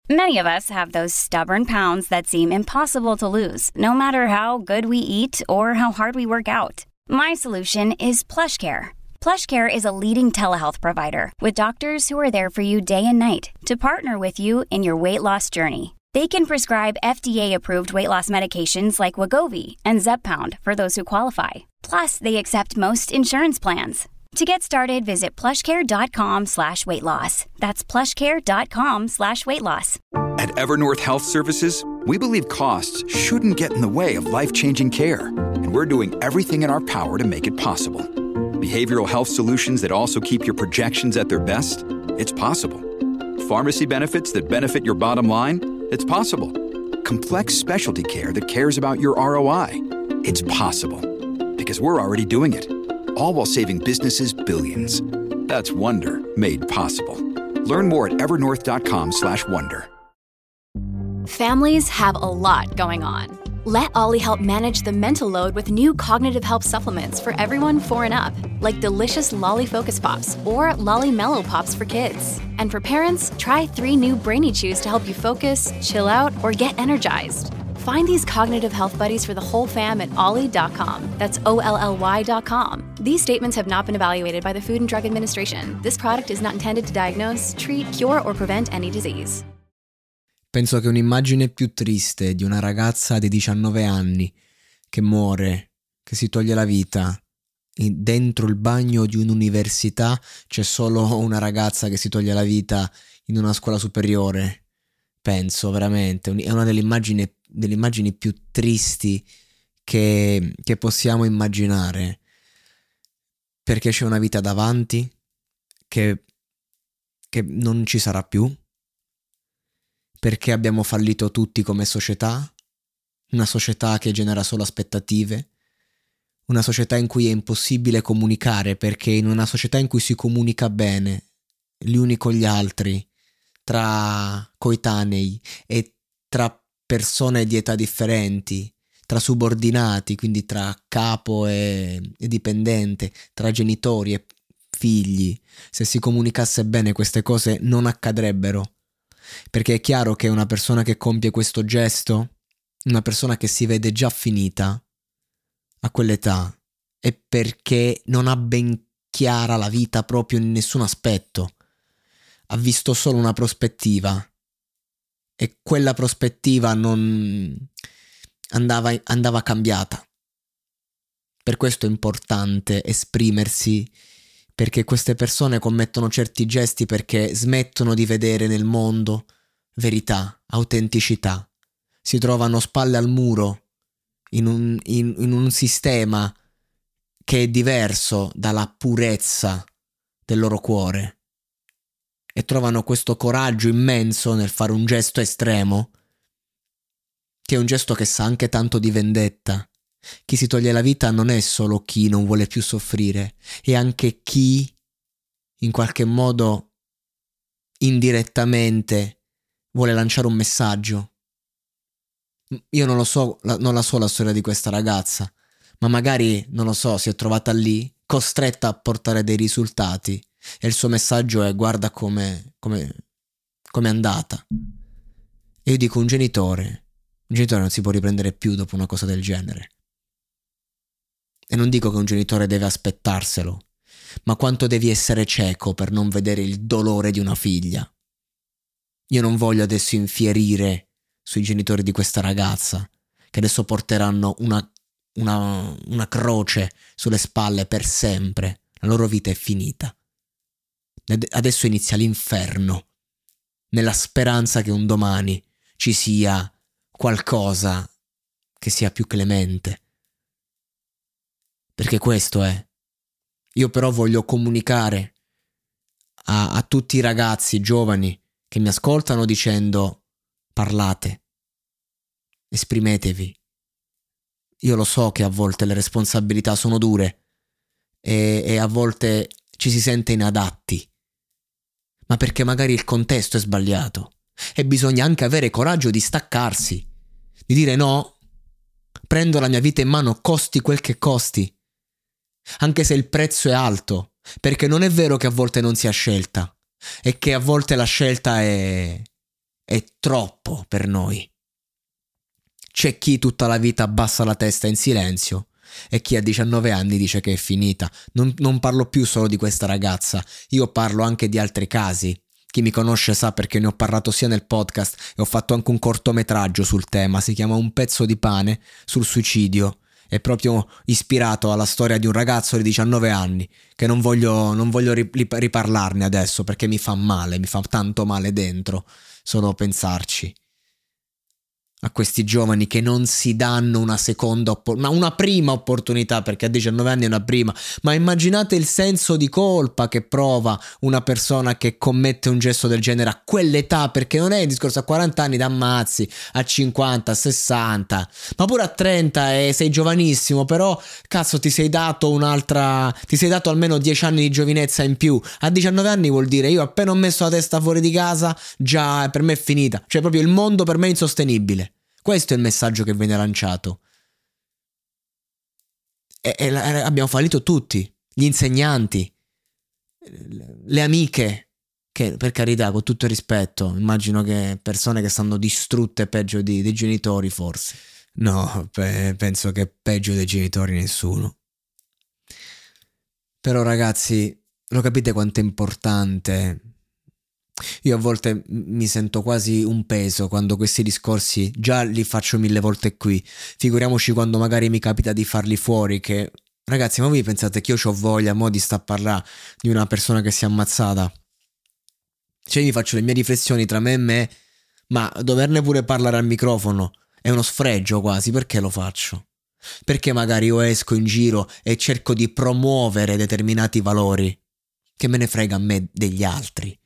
Many of us have those stubborn pounds that seem impossible to lose, no matter how good we eat or how hard we work out. My solution is PlushCare. PlushCare is a leading telehealth provider with doctors who are there for you day and night to partner with you in your weight loss journey. They can prescribe FDA-approved weight loss medications like Wegovy and Zepbound for those who qualify. Plus, they accept most insurance plans. To get started, visit plushcare.com/weight loss. That's plushcare.com/weight loss. At Evernorth Health Services, we believe costs shouldn't get in the way of life-changing care, and we're doing everything in our power to make it possible. Behavioral health solutions that also keep your projections at their best? It's possible. Pharmacy benefits that benefit your bottom line? It's possible. Complex specialty care that cares about your ROI? It's possible. Because we're already doing it. All while saving businesses billions. That's Wonder made possible. Learn more at evernorth.com/wonder. Families have a lot going on. Let Ollie help manage the mental load with new cognitive help supplements for everyone 4 and up, like delicious Lolly Focus Pops or Lolly Mellow Pops for kids. And for parents, try 3 new Brainy Chews to help you focus, chill out, or get energized. Find these cognitive health buddies for the whole fam at ollie.com. That's OLLY.com. These statements have not been evaluated by the Food and Drug Administration. This product is not intended to diagnose, treat, cure, or prevent any disease. Penso che un'immagine più triste di una ragazza di 19 anni che muore, che si toglie la vita, e dentro il bagno di un'università c'è solo una ragazza che si toglie la vita in una scuola superiore. Penso veramente, è una delle immagini più tristi che possiamo immaginare, perché c'è una vita davanti che non ci sarà più, perché abbiamo fallito tutti come società, una società che genera solo aspettative, una società in cui è impossibile comunicare, perché in una società in cui si comunica bene, gli uni con gli altri, tra coetanei e tra persone di età differenti, tra subordinati, quindi tra capo e dipendente, tra genitori e figli, se si comunicasse bene queste cose non accadrebbero. Perché è chiaro che una persona che compie questo gesto, una persona che si vede già finita a quell'età, è perché non ha ben chiara la vita proprio in nessun aspetto. Ha visto solo una prospettiva e quella prospettiva non andava cambiata. Per questo è importante esprimersi, perché queste persone commettono certi gesti perché smettono di vedere nel mondo verità, autenticità. Si trovano spalle al muro in un sistema che è diverso dalla purezza del loro cuore e trovano questo coraggio immenso nel fare un gesto estremo, che è un gesto che sa anche tanto di vendetta. Chi si toglie la vita non è solo chi non vuole più soffrire, è anche chi in qualche modo indirettamente vuole lanciare un messaggio. Io non lo so, non la so la storia di questa ragazza, ma magari, non lo so, si è trovata lì, costretta a portare dei risultati e il suo messaggio è: guarda come è andata. E io dico, un genitore non si può riprendere più dopo una cosa del genere. E non dico che un genitore deve aspettarselo, ma quanto devi essere cieco per non vedere il dolore di una figlia. Io non voglio adesso infierire sui genitori di questa ragazza, che adesso porteranno una croce sulle spalle per sempre. La loro vita è finita. Adesso inizia l'inferno, nella speranza che un domani ci sia qualcosa che sia più clemente. Perché questo è. Io però voglio comunicare a tutti i ragazzi giovani che mi ascoltano dicendo: parlate, esprimetevi. Io lo so che a volte le responsabilità sono dure e a volte ci si sente inadatti, ma perché magari il contesto è sbagliato e bisogna anche avere coraggio di staccarsi, di dire no, prendo la mia vita in mano costi quel che costi, anche se il prezzo è alto, perché non è vero che a volte non si ha scelta, e che a volte la scelta è è troppo per noi. C'è chi tutta la vita abbassa la testa in silenzio e chi a 19 anni dice che è finita. Non parlo più solo di questa ragazza, io parlo anche di altri casi. Chi mi conosce sa perché ne ho parlato sia nel podcast e ho fatto anche un cortometraggio sul tema, si chiama Un pezzo di pane, sul suicidio. È proprio ispirato alla storia di un ragazzo di 19 anni che non voglio riparlarne adesso perché mi fa male, mi fa tanto male dentro solo pensarci. A questi giovani che non si danno una seconda ma una prima opportunità, perché a 19 anni è una prima, ma immaginate il senso di colpa che prova una persona che commette un gesto del genere a quell'età, perché non è il discorso a 40 anni d'ammazzi, a 50, a 60, ma pure a 30 sei giovanissimo, però cazzo ti sei dato almeno 10 anni di giovinezza in più. A 19 anni vuol dire io appena ho messo la testa fuori di casa già per me è finita, cioè proprio il mondo per me è insostenibile. Questo è il messaggio che viene lanciato. E abbiamo fallito tutti, gli insegnanti, le amiche, che per carità, con tutto il rispetto, immagino che persone che stanno distrutte peggio dei genitori forse. No, penso che peggio dei genitori nessuno. Però ragazzi, lo capite quanto è importante? Io a volte mi sento quasi un peso quando questi discorsi già li faccio 1000 volte qui, figuriamoci quando magari mi capita di farli fuori, che ragazzi, ma voi pensate che io c'ho voglia mo di sta a parlare di una persona che si è ammazzata? Cioè io mi faccio le mie riflessioni tra me e me, ma doverne pure parlare al microfono è uno sfregio quasi. Perché lo faccio? Perché magari io esco in giro e cerco di promuovere determinati valori? Che me ne frega a me degli altri?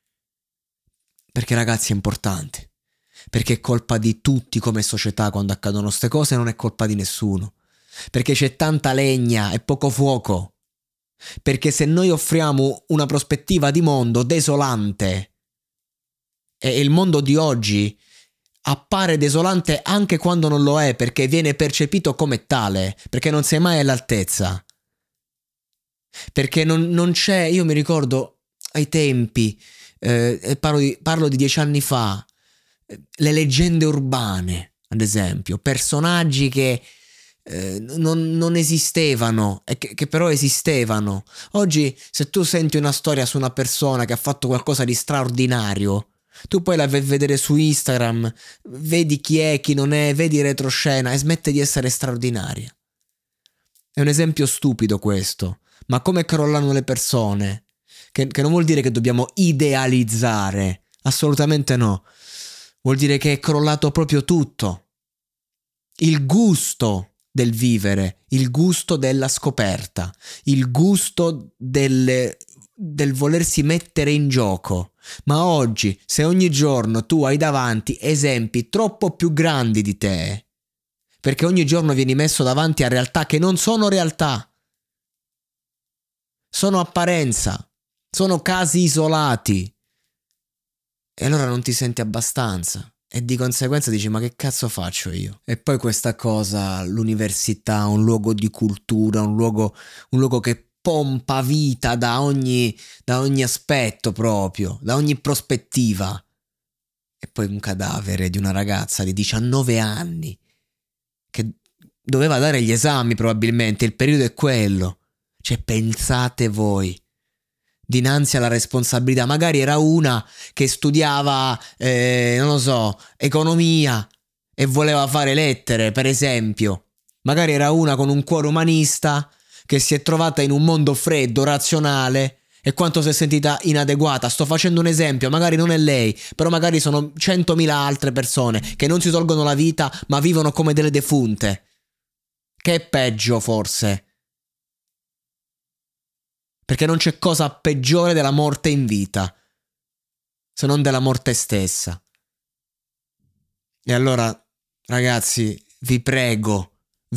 Perché ragazzi è importante, perché è colpa di tutti come società quando accadono ste cose, non è colpa di nessuno, perché c'è tanta legna e poco fuoco, perché se noi offriamo una prospettiva di mondo desolante e il mondo di oggi appare desolante anche quando non lo è, perché viene percepito come tale, perché non sei mai all'altezza, perché non c'è, io mi ricordo ai tempi, parlo di 10 anni fa, le leggende urbane, ad esempio, personaggi che non esistevano e che però esistevano. Oggi se tu senti una storia su una persona che ha fatto qualcosa di straordinario, tu poi la vai a vedere su Instagram, vedi chi è, chi non è, vedi retroscena e smette di essere straordinaria. È un esempio stupido questo, ma come crollano le persone, che non vuol dire che dobbiamo idealizzare, assolutamente no, vuol dire che è crollato proprio tutto. Il gusto del vivere, il gusto della scoperta, il gusto del volersi mettere in gioco. Ma oggi, se ogni giorno tu hai davanti esempi troppo più grandi di te, perché ogni giorno vieni messo davanti a realtà che non sono realtà, sono apparenza, sono casi isolati, e allora non ti senti abbastanza e di conseguenza dici ma che cazzo faccio io? E poi questa cosa, l'università, un luogo di cultura, un luogo che pompa vita da ogni aspetto proprio, da ogni prospettiva, e poi un cadavere di una ragazza di 19 anni che doveva dare gli esami probabilmente, il periodo è quello. Cioè pensate voi, dinanzi alla responsabilità, magari era una che studiava, non lo so, economia e voleva fare lettere, per esempio. Magari era una con un cuore umanista che si è trovata in un mondo freddo, razionale, e quanto si è sentita inadeguata. Sto facendo un esempio, magari non è lei, però magari sono 100.000 altre persone che non si tolgono la vita ma vivono come delle defunte. Che è peggio forse? Perché non c'è cosa peggiore della morte in vita, se non della morte stessa. E allora, ragazzi, vi prego,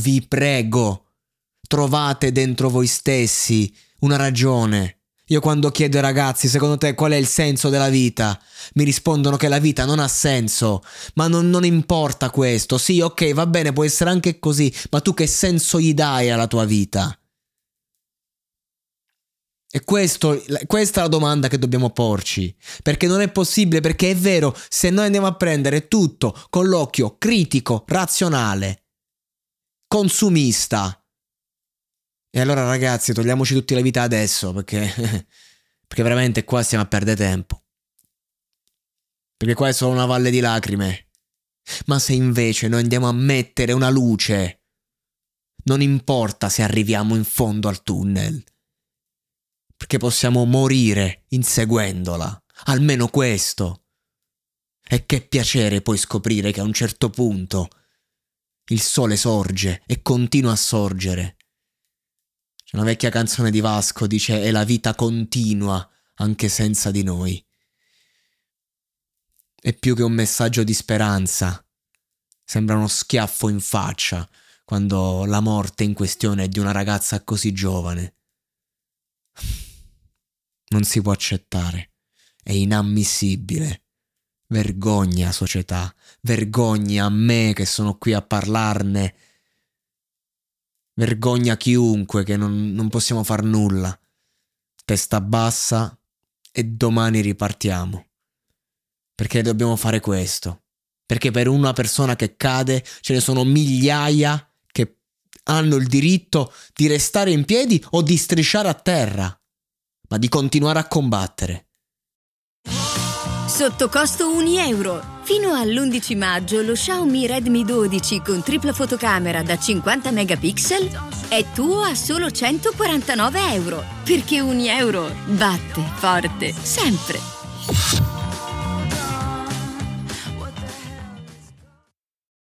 trovate dentro voi stessi una ragione. Io quando chiedo ai ragazzi, secondo te qual è il senso della vita? Mi rispondono che la vita non ha senso, ma non importa questo. Sì, ok, va bene, può essere anche così, ma tu che senso gli dai alla tua vita? E questa è la domanda che dobbiamo porci, perché non è possibile, perché è vero, se noi andiamo a prendere tutto con l'occhio critico, razionale, consumista, e allora ragazzi togliamoci tutti la vita adesso, perché veramente qua stiamo a perdere tempo, perché qua è solo una valle di lacrime. Ma se invece noi andiamo a mettere una luce, non importa se arriviamo in fondo al tunnel, perché possiamo morire inseguendola, almeno questo. E che piacere poi scoprire che a un certo punto il sole sorge e continua a sorgere. C'è una vecchia canzone di Vasco, dice: e la vita continua anche senza di noi. È più che un messaggio di speranza, sembra uno schiaffo in faccia quando la morte in questione è di una ragazza così giovane. Non si può accettare, è inammissibile. Vergogna società, vergogna a me che sono qui a parlarne, vergogna chiunque che non possiamo far nulla. Testa bassa e domani ripartiamo. Perché dobbiamo fare questo? Perché per una persona che cade ce ne sono migliaia che hanno il diritto di restare in piedi o di strisciare a terra, ma di continuare a combattere. Sotto costo €1. Fino all'11 maggio lo Xiaomi Redmi 12 con tripla fotocamera da 50 megapixel è tuo a solo €149. Perché €1 batte forte sempre.